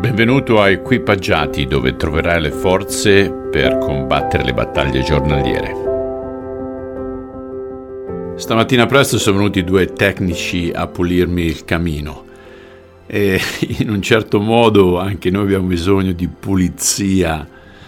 Benvenuto a Equipaggiati, dove troverai le forze per combattere le battaglie giornaliere. Stamattina presto sono venuti due tecnici a pulirmi il camino e in un certo modo anche noi abbiamo bisogno di pulizia,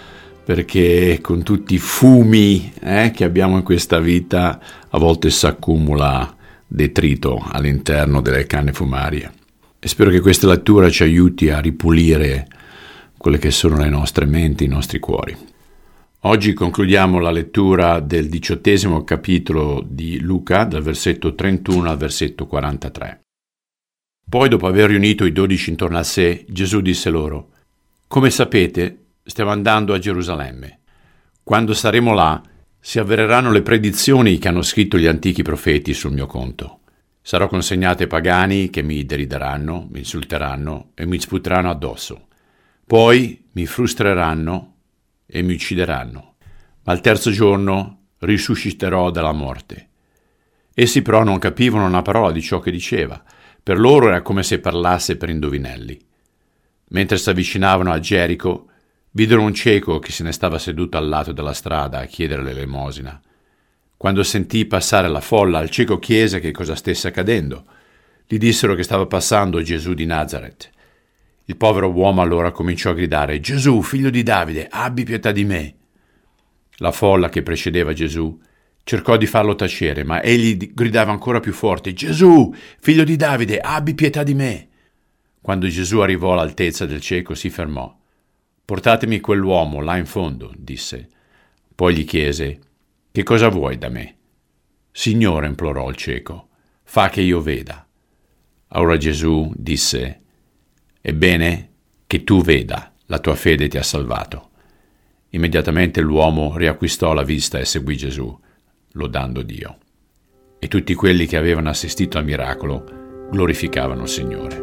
perché con tutti i fumi che abbiamo in questa vita a volte si accumula detrito all'interno delle canne fumarie. E spero che questa lettura ci aiuti a ripulire quelle che sono le nostre menti, i nostri cuori. Oggi concludiamo la lettura del 18° capitolo di Luca, dal versetto 31 al versetto 43. Poi, dopo aver riunito i 12 intorno a sé, Gesù disse loro: «Come sapete, stiamo andando a Gerusalemme. Quando saremo là, si avvereranno le predizioni che hanno scritto gli antichi profeti sul mio conto. Sarò consegnato ai pagani che mi derideranno, mi insulteranno e mi sputeranno addosso. Poi mi frustreranno e mi uccideranno. Ma al terzo giorno risusciterò dalla morte». Essi però non capivano una parola di ciò che diceva. Per loro era come se parlasse per indovinelli. Mentre si avvicinavano a Gerico, videro un cieco che se ne stava seduto al lato della strada a chiedere l'elemosina. Quando sentì passare la folla, il cieco chiese che cosa stesse accadendo. Gli dissero che stava passando Gesù di Nazaret. Il povero uomo allora cominciò a gridare: «Gesù, figlio di Davide, abbi pietà di me!» La folla che precedeva Gesù cercò di farlo tacere, ma egli gridava ancora più forte: «Gesù, figlio di Davide, abbi pietà di me!» Quando Gesù arrivò all'altezza del cieco, si fermò. «Portatemi quell'uomo là in fondo», disse. Poi gli chiese: «Che cosa vuoi da me?» «Signore», implorò il cieco, «fa che io veda». Allora Gesù disse: «Ebbene, che tu veda, la tua fede ti ha salvato». Immediatamente l'uomo riacquistò la vista e seguì Gesù, lodando Dio. E tutti quelli che avevano assistito al miracolo glorificavano il Signore.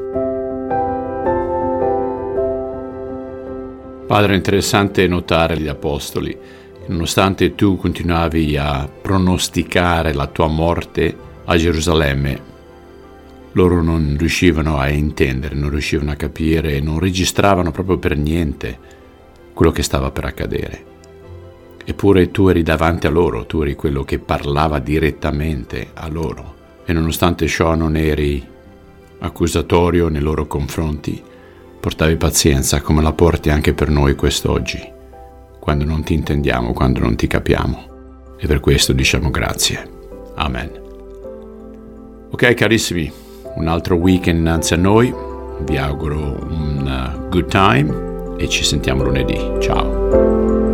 Padre, è interessante notare gli apostoli. Nonostante tu continuavi a pronosticare la tua morte a Gerusalemme, loro non riuscivano a intendere, non riuscivano a capire, non registravano proprio per niente quello che stava per accadere. Eppure tu eri davanti a loro, tu eri quello che parlava direttamente a loro, e nonostante ciò non eri accusatorio nei loro confronti, portavi pazienza, come la porti anche per noi quest'oggi, quando non ti intendiamo, quando non ti capiamo. E per questo diciamo grazie. Amen. Ok, carissimi, un altro weekend innanzi a noi. Vi auguro un good time e ci sentiamo lunedì. Ciao.